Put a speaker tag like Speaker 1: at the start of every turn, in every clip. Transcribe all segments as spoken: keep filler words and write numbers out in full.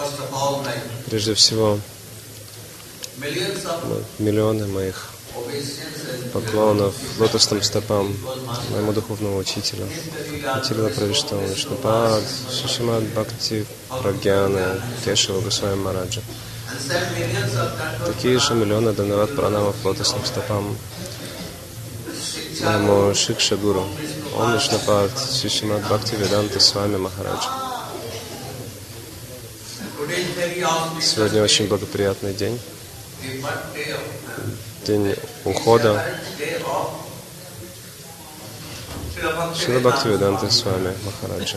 Speaker 1: Прежде всего, миллионы моих поклонов лотосным стопам моему духовному учителю, Атила Правиштау Вишнупад, Шишимад Бхакти Прагьяна, Кешава Госвами Мараджа. Такие же миллионы данават пранамов лотосным стопам моему Шикша Гуру, Ом Вишнупад, Шишимад Бхакти Веданта Свами Махараджа. Сегодня очень благоприятный день. День ухода Шрила Бхактивиданты Свами Махараджа.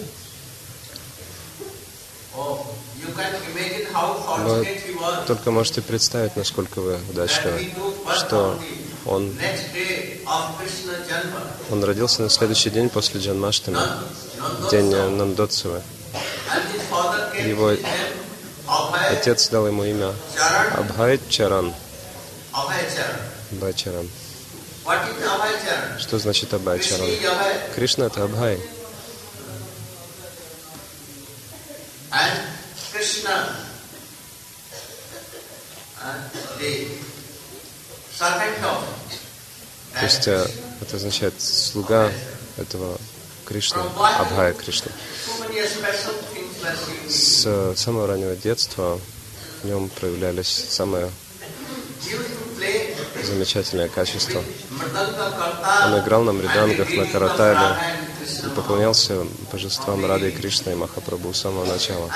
Speaker 1: Вы только можете представить, насколько вы удачливы, что он, он родился на следующий день после Джанмаштами, день Нандотсавы. Его отец дал ему имя Абхай Чаран. Абхай Чаран. Что значит Абхай Чаран? Кришна — это Абхай. То есть это означает слуга этого Кришны, Абхая Кришны. С самого раннего детства в нем проявлялись самые замечательные качества. Он играл на мридангах, на каратале и поклонялся божествам Рады и Кришны и Махапрабху с самого начала.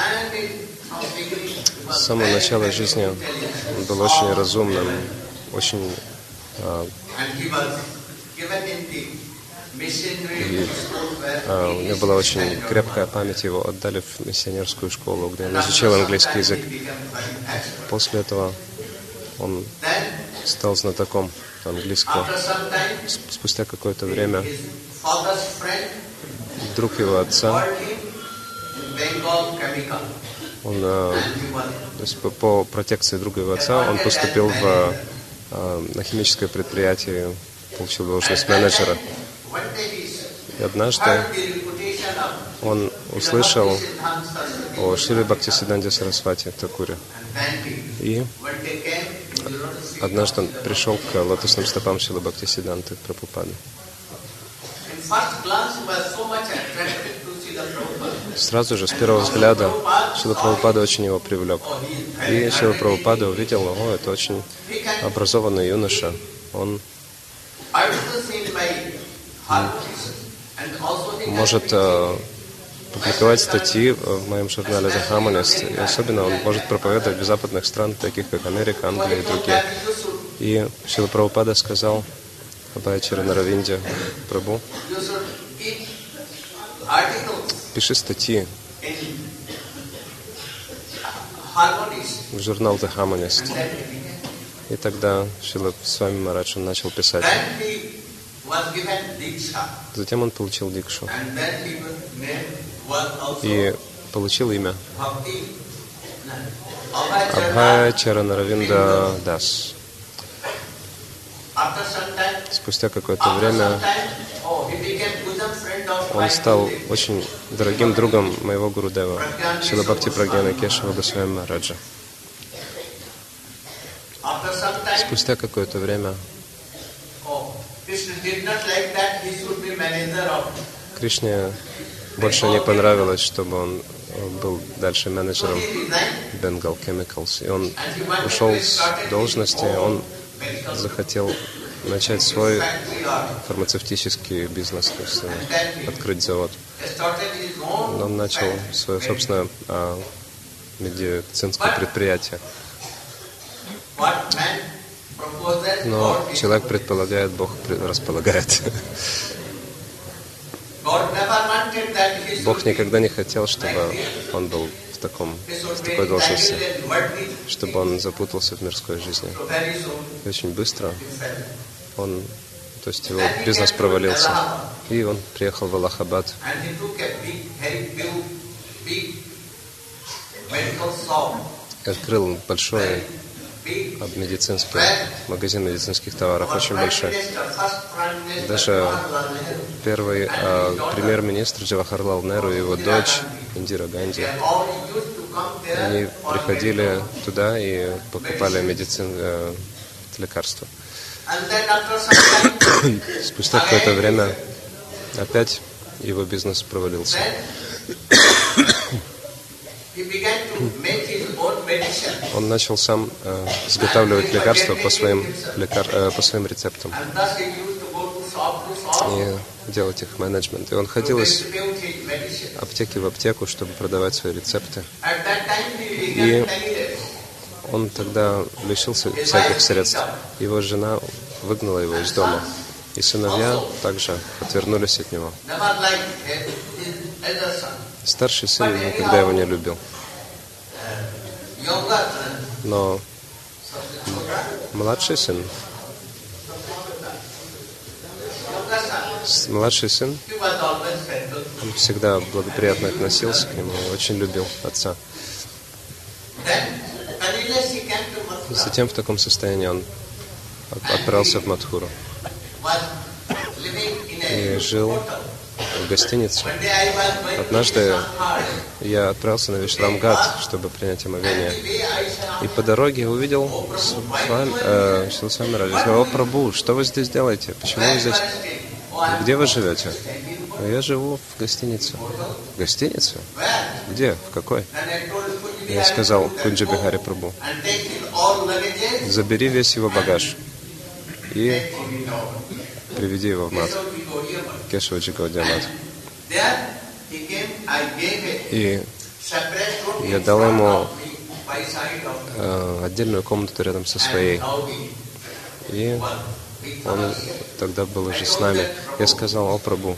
Speaker 1: С самого начала жизни он был очень разумным, очень а, и а, у него была очень крепкая память, его отдали в миссионерскую школу, где он изучал английский язык. После этого он стал знатоком английского. Спустя какое-то время друг его отца, он, то есть по, по протекции друга его отца, он поступил в, на химическое предприятие, получил должность менеджера. И однажды он услышал о Шриле Бхактисиддханте Сарасвати Такуре. И однажды он пришел к лотосным стопам Шрилы Бхактисиддханты Прабхупады. Сразу же, с первого взгляда, Шрила Прабхупада очень его привлек. И Шрила Прабхупада увидел, о, это очень образованный юноша. Он может э, публиковать статьи в моем журнале The Harmonist, и особенно он может проповедовать в западных странах, таких как Америка, Англия и другие. И Шрила Прабхупада сказал Абхай Чаранаравинде: Прабху, пиши статьи в журнал The Harmonist. И тогда Шрила Свами Марадж он начал писать. Затем он получил дикшу и получил имя Абхай Чаранаравинда Дас. Спустя какое-то время он стал очень дорогим другом моего Гурудева, Шрила Бхакти Прагьяна Кешава Госвами Мараджа. Спустя какое-то время Кришне больше не понравилось, чтобы он был дальше менеджером Bengal Chemicals. И он ушел с должности, он захотел начать свой фармацевтический бизнес, то есть открыть завод. Он начал свое собственное а, медицинское предприятие. Но человек предполагает, Бог располагает. Бог никогда не хотел, чтобы он был в, таком, в такой должности, чтобы он запутался в мирской жизни. И очень быстро он, то есть его бизнес провалился, и он приехал в Аллахабад. И открыл большой медицинский магазин медицинских товаров, очень большой. Даже первый э, премьер-министр Джавахарлал Неру и его дочь Индира Ганди, они приходили туда и покупали медицин, э, лекарства. Спустя какое-то время опять его бизнес провалился. Он начал сам э, изготавливать лекарства по своим, лекар, э, по своим рецептам и делать их менеджмент. И он ходил из аптеки в аптеку, чтобы продавать свои рецепты. И он тогда лишился всяких средств. Его жена выгнала его из дома. И сыновья также отвернулись от него. Старший сын никогда его не любил. Но младший сын, младший сын, он всегда благоприятно относился к нему, очень любил отца. Затем в таком состоянии он отправился в Мадхуру и жил в гостинице. Однажды я отправился на Вишрамгат, чтобы принять омовение. И по дороге увидел Шрила Свами Раджа. Я сказал: «О, Прабху, что вы здесь делаете? Почему вы здесь? Где вы живете?» «Я живу в гостинице». «В гостинице? Где? В какой?» Я сказал Кунджа Бихари Прабху: «Забери весь его багаж и приведи его в мат, Кешаваджи Гаудия мат». И я дал ему э, отдельную комнату рядом со своей. И он тогда был уже с нами. Я сказал: «О, Прабху,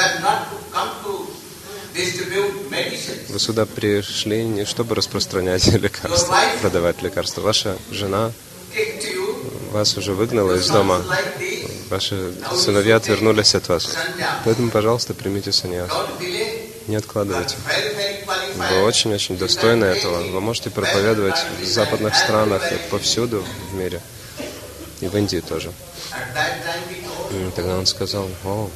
Speaker 1: вы сюда пришли не чтобы распространять лекарства, продавать лекарства. Ваша жена вас уже выгнала из дома. Ваши сыновья отвернулись от вас. Поэтому, пожалуйста, примите саньяс. Не откладывайте. Вы очень-очень достойны этого. Вы можете проповедовать в западных странах и повсюду в мире. И в Индии тоже». И тогда он сказал: «О,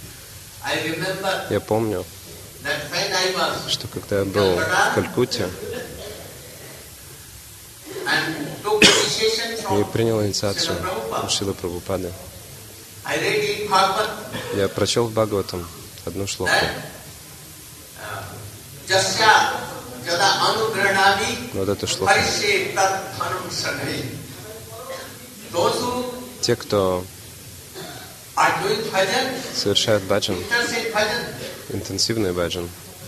Speaker 1: я помню, что когда я был в Калькутте и принял инициацию у Шрилы Прабхупады, я прочел в Бхагаватам одну шлоку. Вот эту шлоку. Те, кто совершает баджан, интенсивный баджан,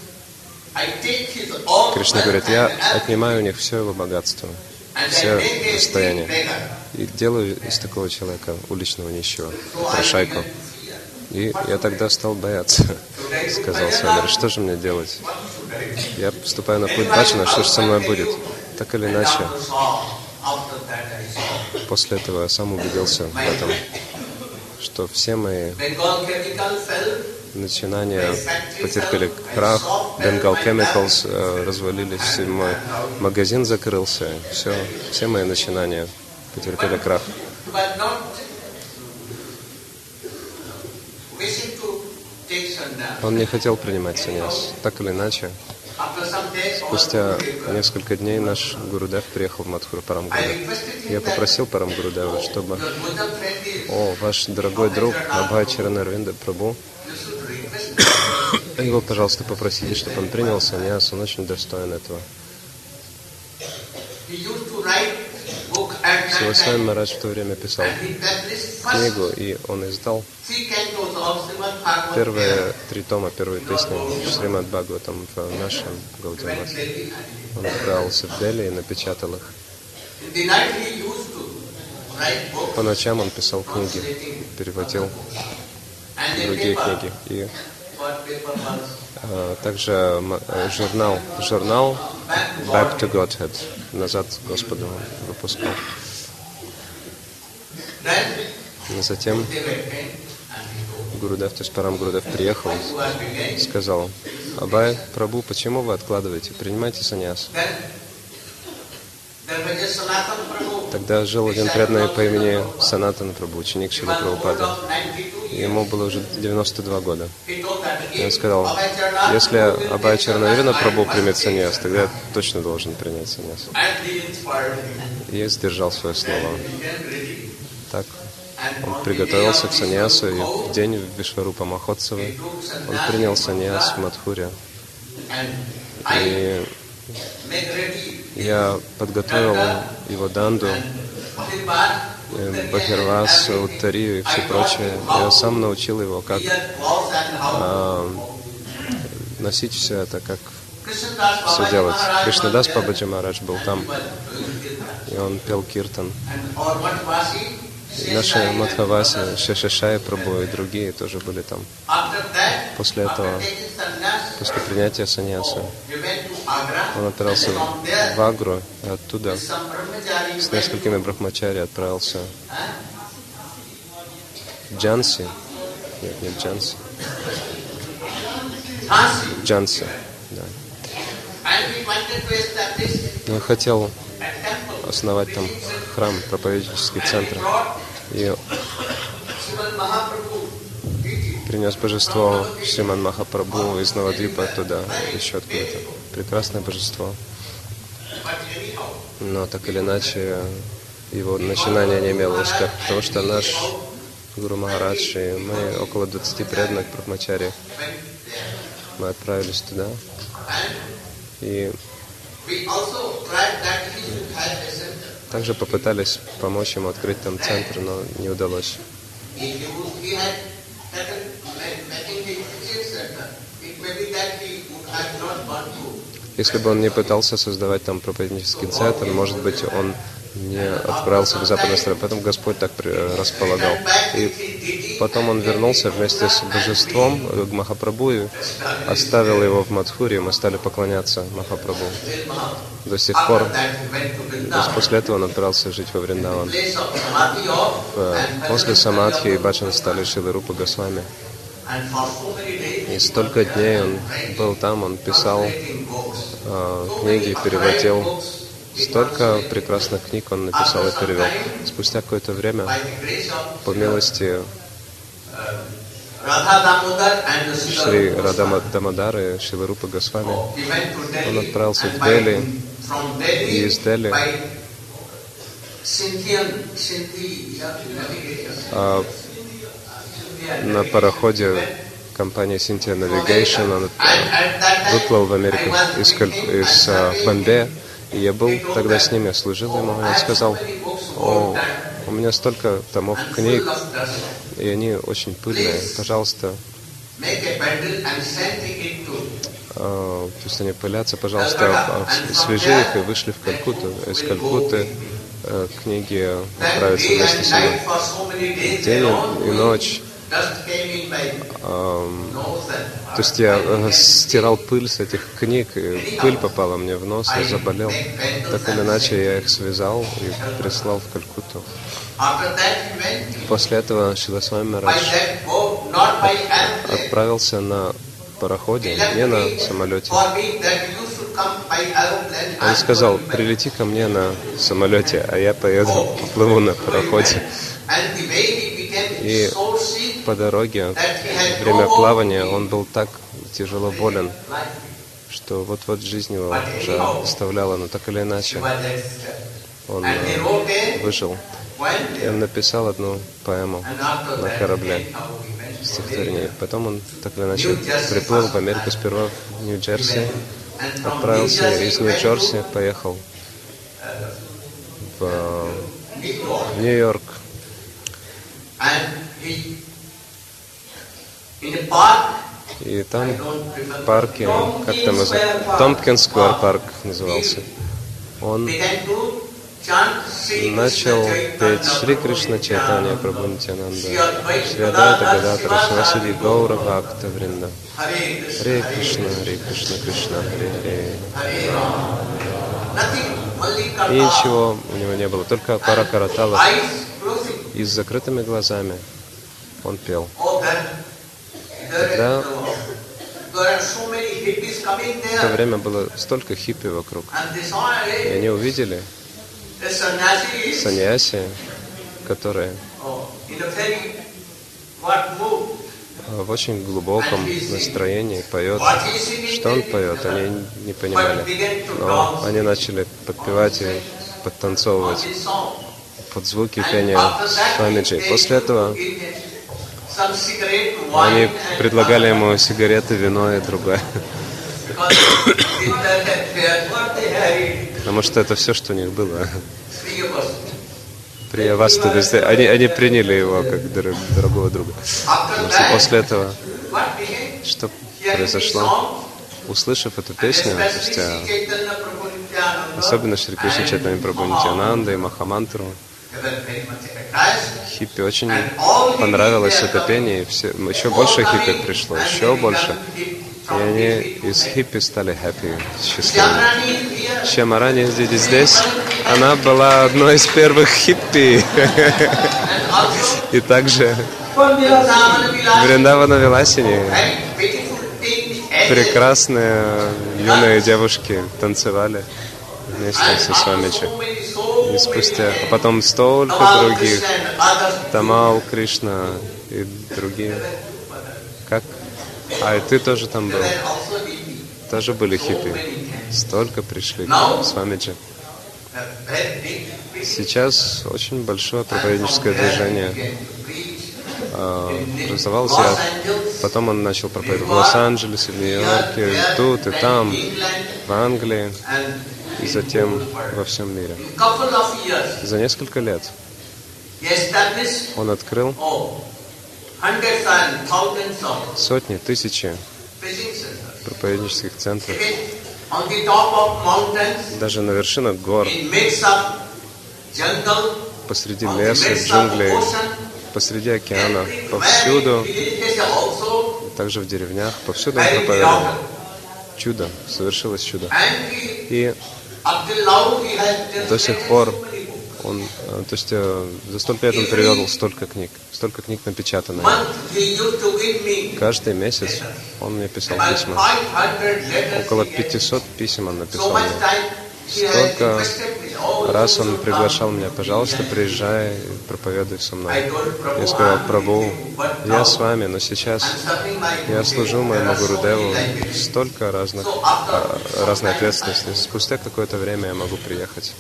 Speaker 1: Кришна говорит: я отнимаю у них все его богатство, все состояние, и делаю из такого человека уличного нищего, попрошайку. И я тогда стал бояться. Сказал Свами: что же мне делать? Я поступаю на путь баджана, что же со мной будет? Так или иначе, после этого я сам убедился в этом, что все мои начинания потерпели крах, Bengal Chemicals э, развалились, мой магазин закрылся, все, все мои начинания потерпели крах. Он не хотел принимать саньяс. Так или иначе, спустя несколько дней наш Гурудев приехал в Мадхуру Парамгурудев. Я попросил Парамгурудева, чтобы: «О, ваш дорогой друг Абхай Чаранарвинда Прабху, его, пожалуйста, попросите, чтобы он принял саньяс, он очень достоин этого». Шрила Свами Марадж в то время писал книгу, и он издал первые три тома, первые песни Шримад Бхагаватам в нашем Гаудия Мат. Он отправился в Дели и напечатал их. По ночам он писал книги, переводил другие книги. И а, также а, журнал, журнал Back to Godhead, назад к Господу выпускал. И затем Гурудев, то есть Парамгурудев, приехал и сказал: «Абхай Прабху, почему вы откладываете? Принимайте саньяс». Тогда жил один преданный по имени Санатана Прабху, ученик Шрилы Прабхупады. Ему было уже девяносто два года. И он сказал, если Абхая Чаранавирна Прабху примет саньяс, тогда я точно должен принять саньяс. И сдержал свое слово. Так он приготовился к саньясу, и в день Вишварупа Махотсавы он принял саньяс в Мадхуре. И я подготовил его данду, Бахирвасу, Уттарию и все прочее. Я сам научил его, как а, носить все это, как все делать. Кришнадас Бабаджи Махарадж был там, и он пел киртан. И наши Мадхаваси, Шешашай Прабху и другие тоже были там. После этого, после принятия саньяса, он отправился в Агру, и оттуда с несколькими брахмачари отправился в Джанси. Нет, нет, Джанси. Джанси, да. Я хотел основать там храм, проповеднический центр. И принес божество Шриман Махапрабху из Навадвипа туда, еще откуда-то. Прекрасное божество. Но так или иначе, его начинание не имело успеха, потому что наш Гуру Махарадж и мы, около двадцати преданных брахмачари, мы отправились туда. И также попытались помочь ему открыть там центр, но не удалось. Если бы он не пытался создавать там проповеднический центр, может быть, он не отправился в западную страну. Поэтому Господь так располагал. И потом он вернулся вместе с божеством к Махапрабху и оставил его в Мадхуре, и мы стали поклоняться Махапрабху. До сих пор, после этого он отправился жить во Вриндаван. После Самадхи и Баджан стали Шрила Рупа Госвами. И столько дней он был там, он писал э, книги, переводил. Столько прекрасных книг он написал и перевел. Спустя какое-то время, по милости Шри Рада Дамодара и Шрилы Рупы Госвами, он отправился в Дели, и из Дели а, на пароходе компании Cynthia Navigation он выплыл в Америку из, из а, Бомбея. И я был тогда с ними, служил ему, и он сказал: «О, у меня столько томов книг, и они очень пыльные, пожалуйста, э, то есть они пылятся, пожалуйста, свяжи их и вышли в Калькутту. Из Калькутты э, книги отправятся вместе со мной. День и ночь». Um, то есть я uh, стирал пыль с этих книг, и пыль попала мне в нос, я заболел. Так или иначе я их связал и прислал в Калькутту. После этого Шрила Свами Махарадж отправился на пароходе, не на самолете. Он сказал: «Прилети ко мне на самолете, а я поеду, поплыву на пароходе». И по дороге, во время плавания, он был так тяжело болен, что вот-вот жизнь его уже оставляла, но так или иначе он выжил. И он написал одну поэму на корабле, стихотворение. Потом он так или иначе приплыл в Америку, сперва в Нью-Джерси, отправился из Нью-Джерси, поехал в Нью-Йорк. И там в парке, как там называется, Томпкинс Сквер парк назывался, он начал петь Шри Кришна Чайтанья Прабху Нитьянанда, Шри Адвайта Гададхара Шивасади Гаура Бхакта Вринда, Харе Кришна, Харе Кришна, Кришна Харе Харе. И ничего у него не было, только пара караталов. И с закрытыми глазами он пел. Тогда в то время было столько хиппи вокруг. И они увидели саньяси, которые в очень глубоком настроении поет. Что он поет, они не понимали. Но они начали подпевать и подтанцовывать под звуки пения Свамиджи. После этого они предлагали ему сигареты, вино и другое. Потому что это все, что у них было. Приявасту, они, они приняли его как дорогого друга. После этого, что произошло? Услышав эту песню, то есть, особенно Шри Кришна Чайтанья Прабху Нитьянанда и Махамантру, хиппи очень понравилось это пение, и все, еще больше хиппи пришло, еще больше. И они из хиппи стали хэппи, счастливыми. Шьямарани здесь, она была одной из первых хиппи. И также в Вриндавана Виласине прекрасные юные девушки танцевали вместе со Свамиджи. И спустя, а потом столько других, Тамал, Кришна и другие. Как? А и ты тоже там был. Тоже были хиппи. Столько пришли к Свамиджи. Сейчас очень большое проповедническое движение образовалось. Я... Потом он начал проповедовать в Лос-Анджелесе, в Нью-Йорке, и тут, и там, в Англии, и затем во всем мире. За несколько лет он открыл сотни, тысячи проповеднических центров. Даже на вершинах гор, посреди леса, джунглей, посреди океана, повсюду, также в деревнях, повсюду он проповедовал. Чудо, совершилось чудо. И до сих пор он, то есть за столько лет он перевел столько книг, столько книг напечатано. Каждый месяц он мне писал письма. Около пятисот писем он написал мне. Столько раз он приглашал меня: пожалуйста, приезжай, проповедуй со мной. Я сказал: Прабху, я с вами, но сейчас я служу моему Гурудеву. Столько разных, разной ответственности. Спустя какое-то время я могу приехать.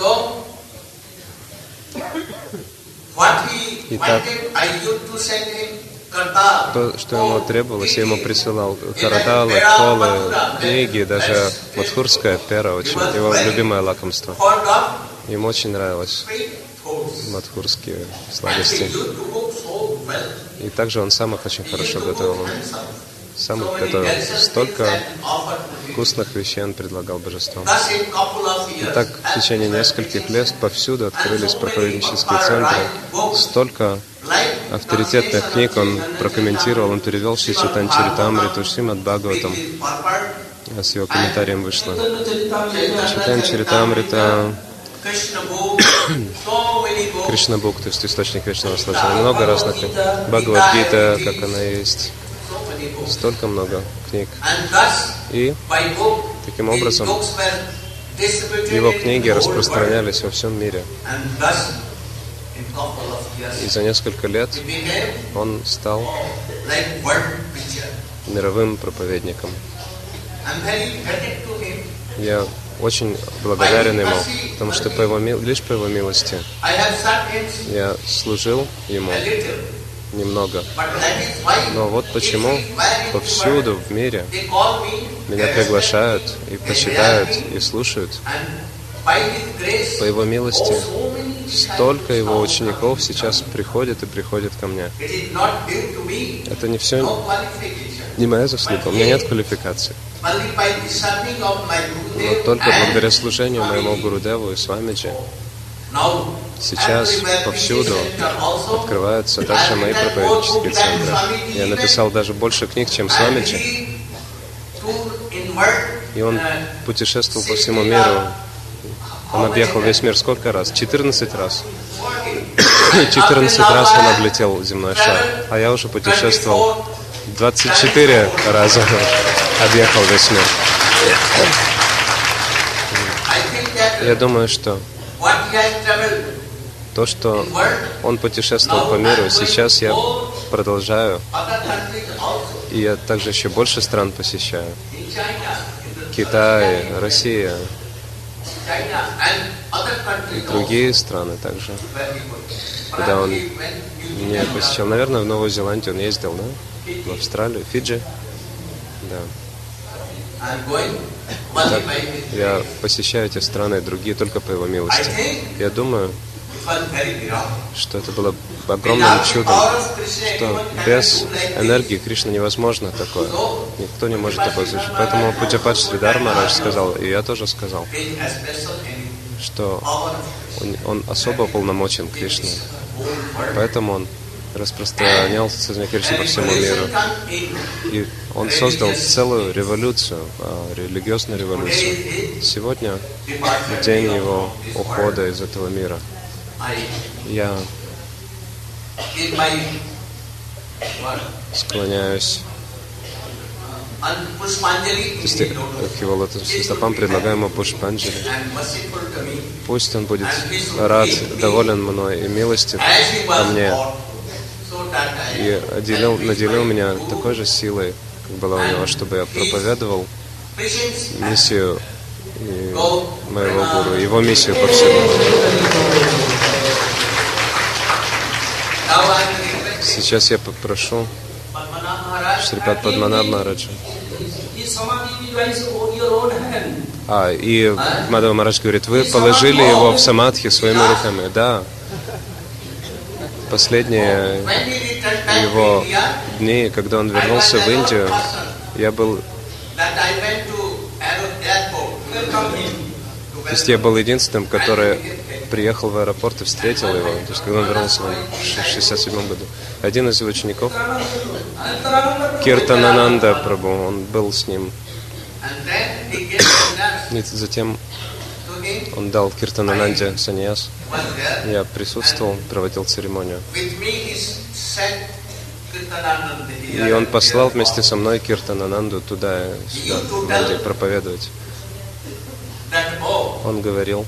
Speaker 1: Итак, то, что ему требовалось, я ему присылал караталы, холы, книги, даже мадхурская пера, очень его любимое лакомство. Ему очень нравилось мадхурские сладости. И также он сам их очень хорошо готовил. Он сам их готовил. Столько вкусных вещей он предлагал божествам. И так в течение нескольких лет повсюду открылись проповеднические центры. Столько авторитетных книг он прокомментировал, он перевел Шри Чайтанья Чаритамриту, Шримад Бхагаватам. С его комментарием вышло. Чайтанья Чаритамрита, Кришна Бук, то есть источник вечного наслаждения. Много разных книг. Бхагавад-гита, как она есть. Столько много книг. И таким образом его книги распространялись во всем мире. И за несколько лет он стал мировым проповедником. Я очень благодарен ему, потому что по его, лишь по его милости я служил ему немного. Но вот почему повсюду в мире меня приглашают и почитают и слушают. По его милости столько его учеников сейчас приходит и приходит ко мне. Это не все, не моя заслуга, у меня нет квалификации. Но только благодаря служению моему Гурудеву и Свамиджи сейчас повсюду открываются также мои проповеднические центры. Я написал даже больше книг, чем Свамиджи. И он путешествовал по всему миру. Он объехал весь мир сколько раз? четырнадцать раз. четырнадцать раз он облетел земной шар. А я уже путешествовал двадцать четыре раза. Объехал весь мир. Я думаю, что то, что он путешествовал по миру, сейчас я продолжаю. И я также еще больше стран посещаю. Китай, Россия и другие страны также. Куда он не посещал. Наверное, в Новую Зеландию он ездил, да? В Австралию, Фиджи. Да. Так, я посещаю эти страны и другие только по его милости. Я думаю, что это было огромным чудом, что без энергии Кришны невозможно такое. Никто не может это послушать. Поэтому Пуджапад Шридар Махарадж сказал, и я тоже сказал, что он, он особо полномочен Кришне. Поэтому он распространял сознание Кришны по всему миру. И он создал целую революцию, религиозную революцию. Сегодня день его ухода из этого мира. Я склоняюсь к его лотосным стопам, предлагаю ему Пушпанджали. Пусть он будет рад, доволен мной и милостив ко мне. И отделил, наделил меня такой же силой, как была у него, чтобы я проповедовал миссию и моего гуру, его миссию по всему. Сейчас я попрошу Шрипад Падманабха Махараджа. А, и Мадхава Махарадж говорит, вы положили его в самадхи своими руками. Да. Последние его дни, когда он вернулся в Индию, я был... То есть я был единственным, который приехал в аэропорт и встретил его. То есть когда он вернулся в шестьдесят седьмом году. Один из его учеников, Киртанананда Прабху, он был с ним. И затем он дал Киртанананде саньяс. Я присутствовал, проводил церемонию. И он послал вместе со мной Киртанананду туда, сюда, в Индию, проповедовать. Он говорил,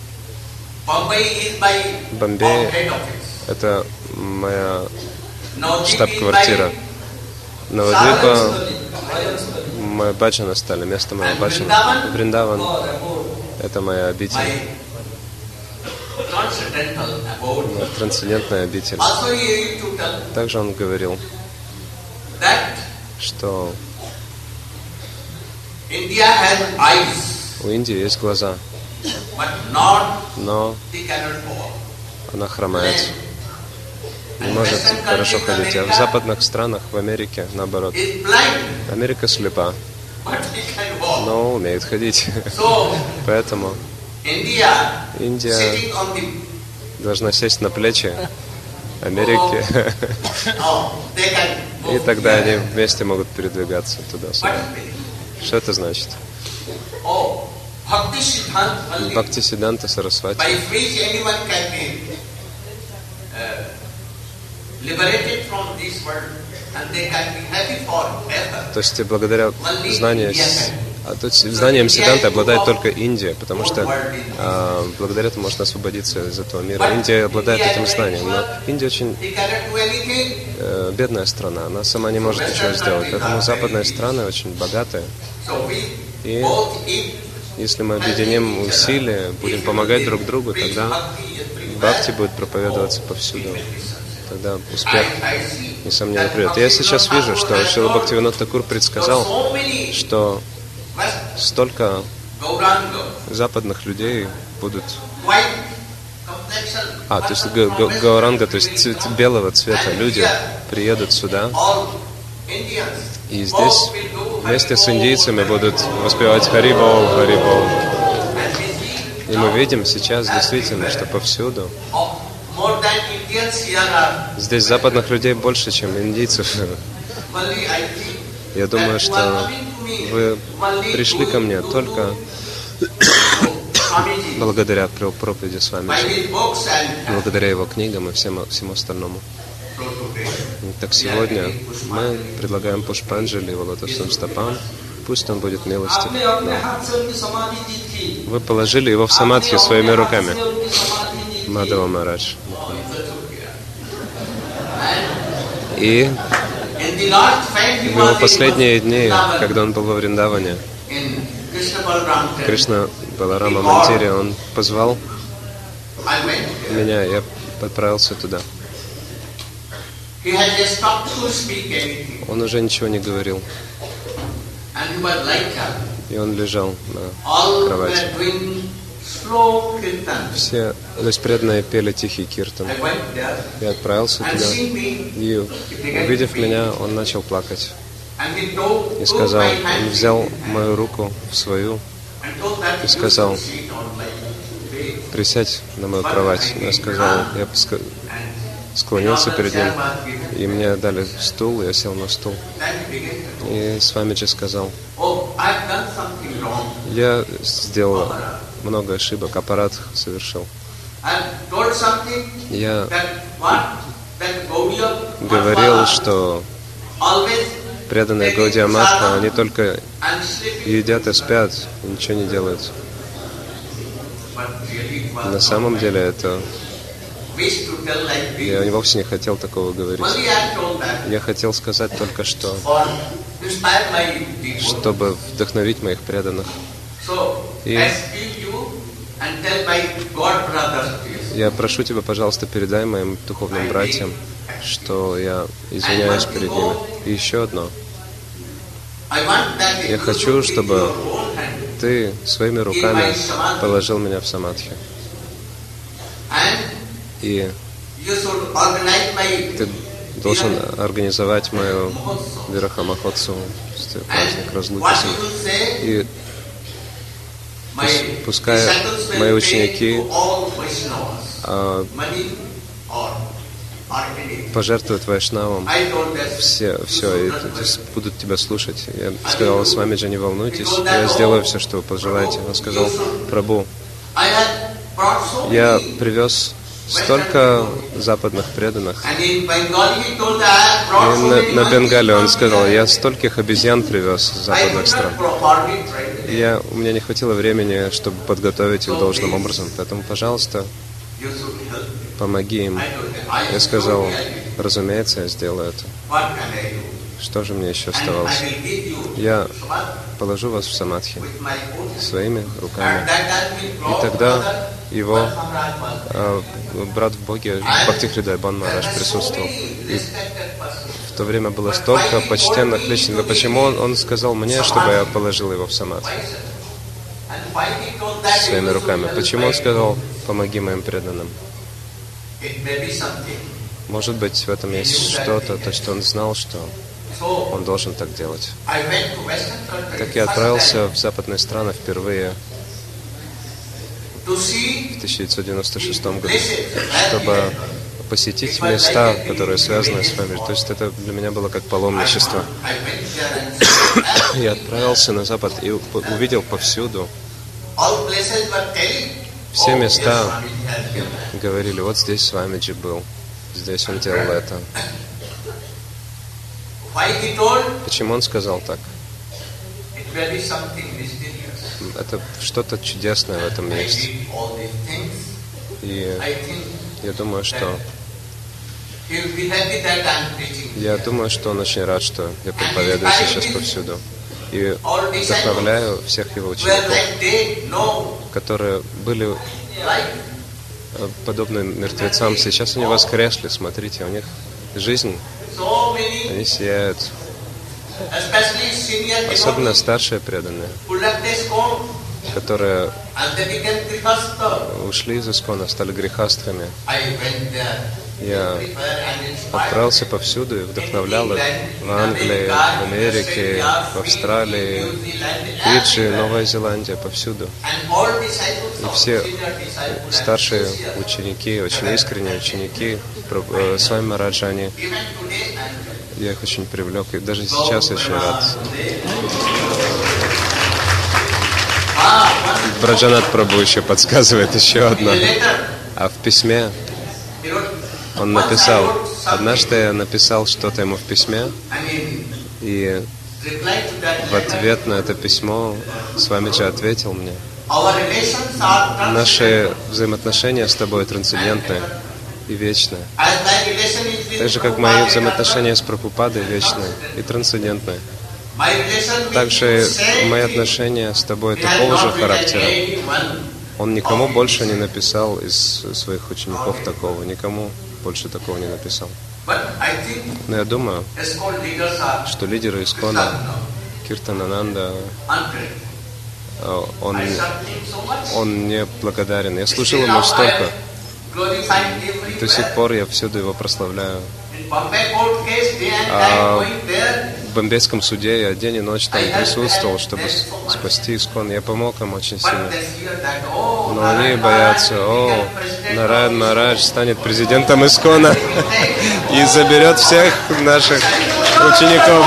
Speaker 1: Бомбей — это моя штаб-квартира. Навадвипа — моя баджана стали, место моего баджана. Вриндаван — это моя обитель. Трансцендентная обитель. Также он говорил, что у Индии есть глаза, но она хромает, не может хорошо ходить. А в западных странах, в Америке, наоборот, Америка слепа, но умеет ходить. Поэтому Индия должна сесть на плечи Америки, и тогда они вместе могут передвигаться туда-сюда. Что это значит? Бхактисиддханта Сарасвати, то есть благодаря знанию, а то есть знанием Сиддханты обладает только Индия, потому что а, благодаря этому можно освободиться из этого мира. Индия обладает этим знанием, но Индия очень э, бедная страна, она сама не может ничего сделать, поэтому западные страны очень богатые. И если мы объединим усилия, будем помогать друг другу, тогда бхакти будет проповедоваться повсюду. Тогда успех, несомненно, придет. Я сейчас вижу, что Шрила Бхактивинода Тхакур предсказал, что столько западных людей будут... А, то есть Гауранга, то есть цвет, белого цвета люди приедут сюда, и здесь вместе с индийцами будут воспевать Харибол, Харибол. И мы видим сейчас действительно, что повсюду здесь западных людей больше, чем индийцев. Я думаю, что вы пришли ко мне только благодаря проповеди с вами, благодаря его книгам и всем, всему остальному. Так сегодня мы предлагаем Пушпанджали его лотосным стопам. Пусть он будет милостив. Вы положили его в самадхи своими руками. Мадхава Махарадж. И в его последние дни, когда он был во Вриндаване, в Кришна Баларама Мандире, он позвал меня, я отправился туда. Он уже ничего не говорил. И он лежал на кровати. Все, то есть преданные пели тихий киртан. Я отправился туда, и, увидев меня, он начал плакать. И сказал, он взял мою руку в свою и сказал: присядь на мою кровать. Я сказал, я склонился перед ним, и мне дали стул, я сел на стул. И Свамиджи сказал: я сделал много ошибок, аппарат совершил. Я говорил, что преданные Гаудия Матха, они только едят и спят, и ничего не делают. На самом деле это... Я вовсе не хотел такого говорить. Я хотел сказать только что, чтобы вдохновить моих преданных. И я прошу тебя, пожалуйста, передай моим духовным братьям, что я извиняюсь перед ними. И еще одно. Я хочу, чтобы ты своими руками положил меня в самадхи. И ты должен организовать мою Вираха Махотсаву, праздник разлуки. И пускай мои ученики а, пожертвуют вайшнавам, все, все, и будут тебя слушать. Я сказал: Свамиджи, не волнуйтесь, я сделаю все, что вы пожелаете. Он сказал: Прабху, я привез столько западных преданных. И на, на Бенгале он сказал: я стольких обезьян привез из западных стран. Я, у меня не хватило времени, чтобы подготовить их должным образом. Поэтому, пожалуйста, помоги им. Я сказал: разумеется, я сделаю это. Что же мне еще оставалось? Я положу вас в самадхи своими руками. И тогда его э, брат в Боге, Бхактихридай Бан Махарадж, присутствовал. И в то время было столько почтенных личностей. Почему он, он сказал мне, чтобы я положил его в самадхи своими руками? Почему он сказал: помоги моим преданным? Может быть, в этом есть что-то, то, что он знал, что он должен так делать. Так я отправился в западные страны впервые в тысяча девятьсот девяносто шестом году, чтобы посетить места, которые связаны с вами. То есть это для меня было как паломничество. Я отправился на Запад и увидел повсюду. Все места говорили: вот здесь Свамиджи был, здесь он делал это. Почему он сказал так? Это что-то чудесное в этом есть. И я думаю, что я думаю, что он очень рад, что я проповедую сейчас повсюду. И вдохновляю всех его учеников, которые были подобны мертвецам. Сейчас они воскресли, смотрите, у них жизнь, они сияют. Особенно старшие преданные, которые ушли из Искона, стали грехастрами. Я отправился повсюду и вдохновлял их в Англии, в Америке, в Австралии, Фиджи, Новая Зеландия, повсюду. И все старшие ученики, очень искренние ученики, Свами Махараджа, они, я их очень привлек, и даже сейчас очень рад. Браджанат Прабху еще подсказывает еще одно. А в письме он написал, однажды я написал что-то ему в письме, и в ответ на это письмо Свамиджи ответил мне: наши взаимоотношения с тобой трансцендентны и вечны. Так же, как мои взаимоотношения с Прабхупадой вечные и трансцендентные. Также мои отношения с тобой такого же характера. Он никому больше не написал из своих учеников такого. Никому больше такого не написал. Но я думаю, что лидеры Искона, Киртанананда, он, он не благодарен. Я служил ему столько. До сих пор я всюду его прославляю. А в Бомбейском суде я день и ночь там присутствовал, чтобы спасти Искон. Я помог им очень сильно. Но они боятся, о, Нараян Махарадж станет президентом Искона и заберет всех наших учеников.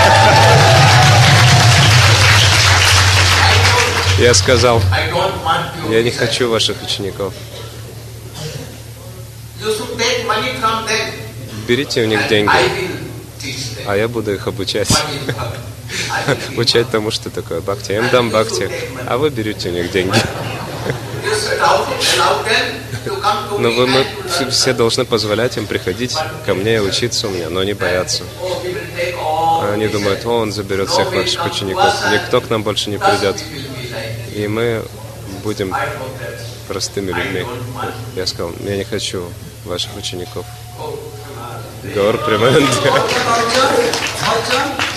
Speaker 1: Я сказал, я не хочу ваших учеников. Берите у них деньги, а я буду их обучать. Учать тому, что такое бхакти. Я им дам бхакти, а вы берете у них деньги. Но вы, мы все должны позволять им приходить ко мне и учиться у меня, но не бояться. Они думают, о, он заберет всех наших учеников. Никто к нам больше не придет. И мы будем простыми людьми. Я сказал, я не хочу ваших учеников. Гаур Премананда.